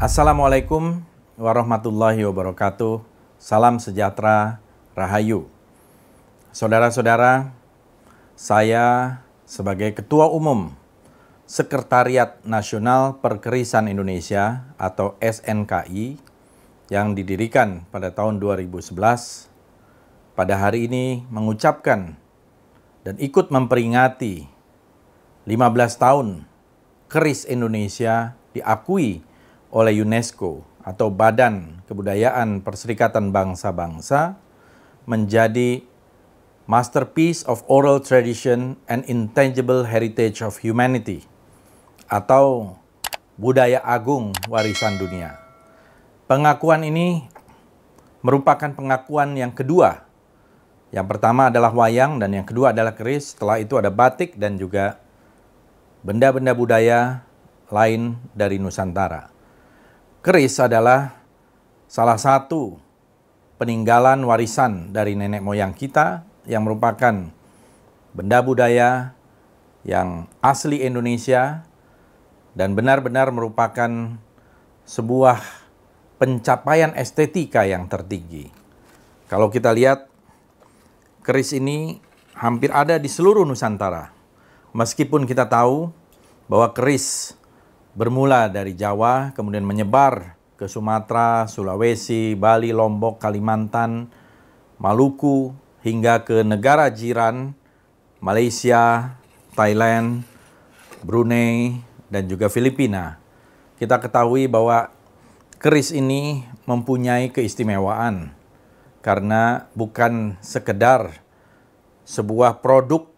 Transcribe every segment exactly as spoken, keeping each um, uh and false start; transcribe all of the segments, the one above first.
Assalamualaikum warahmatullahi wabarakatuh. Salam sejahtera, rahayu. Saudara-saudara, saya sebagai Ketua Umum Sekretariat Nasional Perkerisan Indonesia atau S N K I yang didirikan pada tahun dua ribu sebelas, pada hari ini mengucapkan dan ikut memperingati lima belas tahun keris Indonesia diakui oleh UNESCO atau Badan Kebudayaan Perserikatan Bangsa-Bangsa menjadi Masterpiece of Oral Tradition and Intangible Heritage of Humanity atau Budaya Agung Warisan Dunia. Pengakuan ini merupakan pengakuan yang kedua. Yang pertama adalah wayang dan yang kedua adalah keris. Setelah itu ada batik dan juga benda-benda budaya lain dari Nusantara. Keris adalah salah satu peninggalan warisan dari nenek moyang kita yang merupakan benda budaya yang asli Indonesia dan benar-benar merupakan sebuah pencapaian estetika yang tertinggi. Kalau kita lihat, keris ini hampir ada di seluruh Nusantara. Meskipun kita tahu bahwa keris bermula dari Jawa, kemudian menyebar ke Sumatera, Sulawesi, Bali, Lombok, Kalimantan, Maluku, hingga ke negara jiran, Malaysia, Thailand, Brunei, dan juga Filipina. Kita ketahui bahwa keris ini mempunyai keistimewaan karena bukan sekedar sebuah produk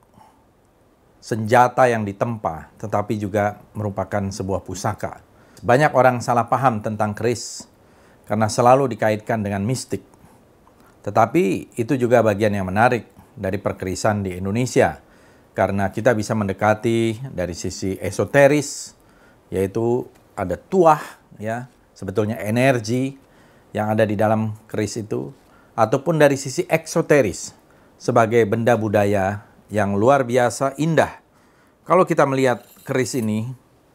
senjata yang ditempa, tetapi juga merupakan sebuah pusaka. Banyak orang salah paham tentang keris karena selalu dikaitkan dengan mistik. Tetapi itu juga bagian yang menarik dari perkerisan di Indonesia, karena kita bisa mendekati dari sisi esoteris, yaitu ada tuah, ya, sebetulnya energi yang ada di dalam keris itu, ataupun dari sisi eksoteris sebagai benda budaya yang luar biasa indah. Kalau kita melihat keris ini,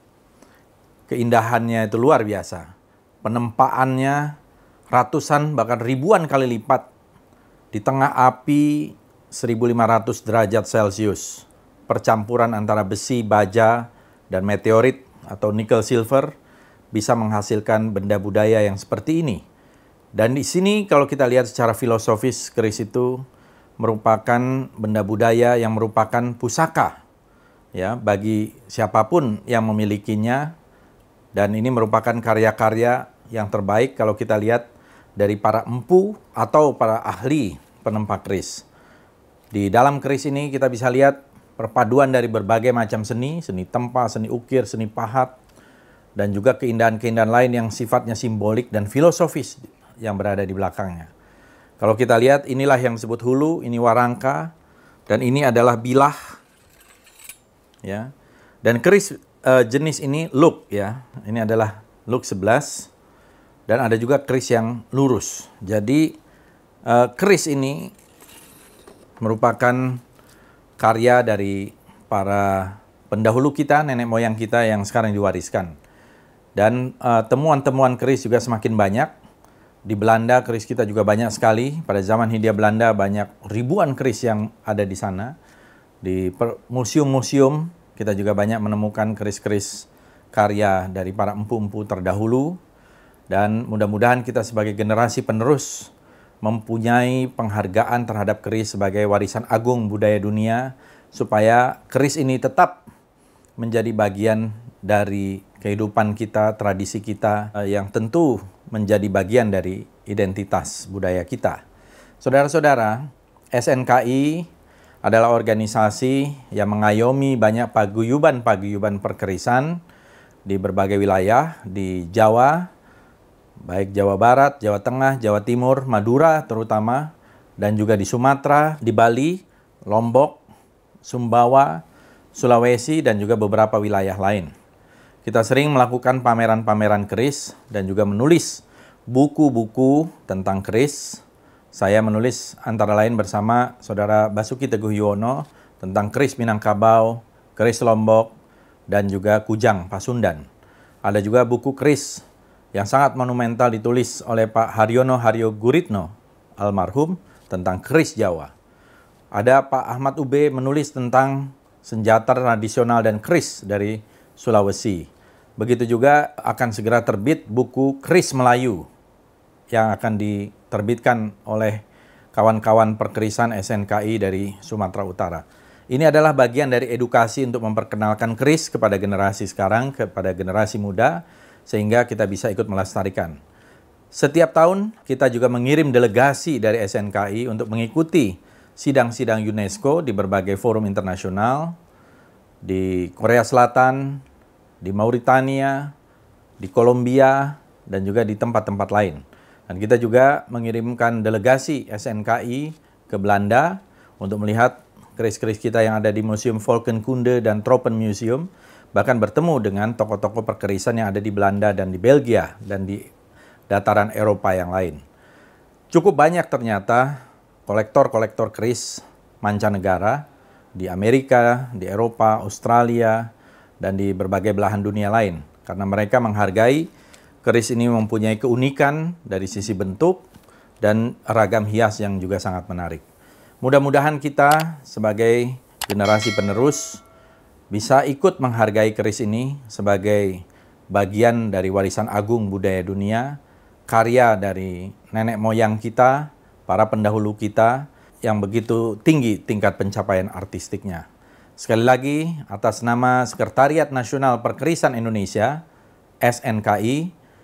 keindahannya itu luar biasa. Penempaannya ratusan bahkan ribuan kali lipat di tengah api seribu lima ratus derajat Celcius. Percampuran antara besi, baja, dan meteorit atau nikel silver bisa menghasilkan benda budaya yang seperti ini. Dan di sini kalau kita lihat secara filosofis, keris itu merupakan benda budaya yang merupakan pusaka ya bagi siapapun yang memilikinya, dan ini merupakan karya-karya yang terbaik kalau kita lihat dari para empu atau para ahli penempa keris. Di dalam keris ini kita bisa lihat perpaduan dari berbagai macam seni, seni tempa, seni ukir, seni pahat, dan juga keindahan-keindahan lain yang sifatnya simbolik dan filosofis yang berada di belakangnya. Kalau kita lihat, inilah yang disebut hulu, ini warangka, dan ini adalah bilah, ya. Dan keris uh, jenis ini luk, ya. Ini adalah luk sebelas, dan ada juga keris yang lurus. Jadi uh, keris ini merupakan karya dari para pendahulu kita, nenek moyang kita yang sekarang diwariskan. Dan uh, temuan-temuan keris juga semakin banyak. Di Belanda, keris kita juga banyak sekali. Pada zaman Hindia Belanda, banyak ribuan keris yang ada di sana. Di museum-museum, kita juga banyak menemukan keris-keris karya dari para empu-empu terdahulu. Dan mudah-mudahan kita sebagai generasi penerus mempunyai penghargaan terhadap keris sebagai warisan agung budaya dunia, supaya keris ini tetap menjadi bagian dari kehidupan kita, tradisi kita, yang tentu menjadi bagian dari identitas budaya kita. Saudara-saudara, S N K I adalah organisasi yang mengayomi banyak paguyuban-paguyuban perkerisan di berbagai wilayah di Jawa, baik Jawa Barat, Jawa Tengah, Jawa Timur, Madura terutama, dan juga di Sumatera, di Bali, Lombok, Sumbawa, Sulawesi, dan juga beberapa wilayah lain. Kita sering melakukan pameran-pameran keris dan juga menulis buku-buku tentang keris. Saya menulis antara lain bersama Saudara Basuki Teguh Yuwono tentang keris Minangkabau, keris Lombok, dan juga Kujang Pasundan. Ada juga buku keris yang sangat monumental ditulis oleh Pak Haryono Haryo Guritno almarhum tentang keris Jawa. Ada Pak Ahmad Ube menulis tentang senjata tradisional dan keris dari Sulawesi. Begitu juga akan segera terbit buku Keris Melayu yang akan diterbitkan oleh kawan-kawan perkerisan S N K I dari Sumatera Utara. Ini adalah bagian dari edukasi untuk memperkenalkan keris kepada generasi sekarang, kepada generasi muda, sehingga kita bisa ikut melestarikan. Setiap tahun kita juga mengirim delegasi dari S N K I untuk mengikuti sidang-sidang UNESCO di berbagai forum internasional, di Korea Selatan, di Mauritania, di Kolombia, dan juga di tempat-tempat lain. Dan kita juga mengirimkan delegasi S N K I ke Belanda untuk melihat keris-keris kita yang ada di Museum Volkenkunde dan Tropen Museum, bahkan bertemu dengan tokoh-tokoh perkerisan yang ada di Belanda dan di Belgia dan di dataran Eropa yang lain. Cukup banyak ternyata kolektor-kolektor keris mancanegara di Amerika, di Eropa, Australia, dan di berbagai belahan dunia lain. Karena mereka menghargai keris ini mempunyai keunikan dari sisi bentuk dan ragam hias yang juga sangat menarik. Mudah-mudahan kita sebagai generasi penerus bisa ikut menghargai keris ini sebagai bagian dari warisan agung budaya dunia, karya dari nenek moyang kita, para pendahulu kita yang begitu tinggi tingkat pencapaian artistiknya. Sekali lagi, atas nama Sekretariat Nasional Perkerisan Indonesia, S N K I,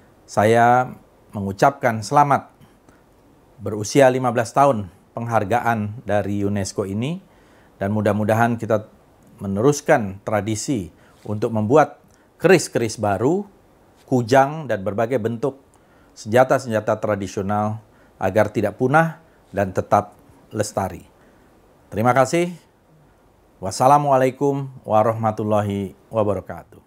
saya mengucapkan selamat berusia lima belas tahun penghargaan dari UNESCO ini, dan mudah-mudahan kita meneruskan tradisi untuk membuat keris-keris baru, kujang, dan berbagai bentuk senjata-senjata tradisional agar tidak punah dan tetap lestari. Terima kasih. Wassalamualaikum warahmatullahi wabarakatuh.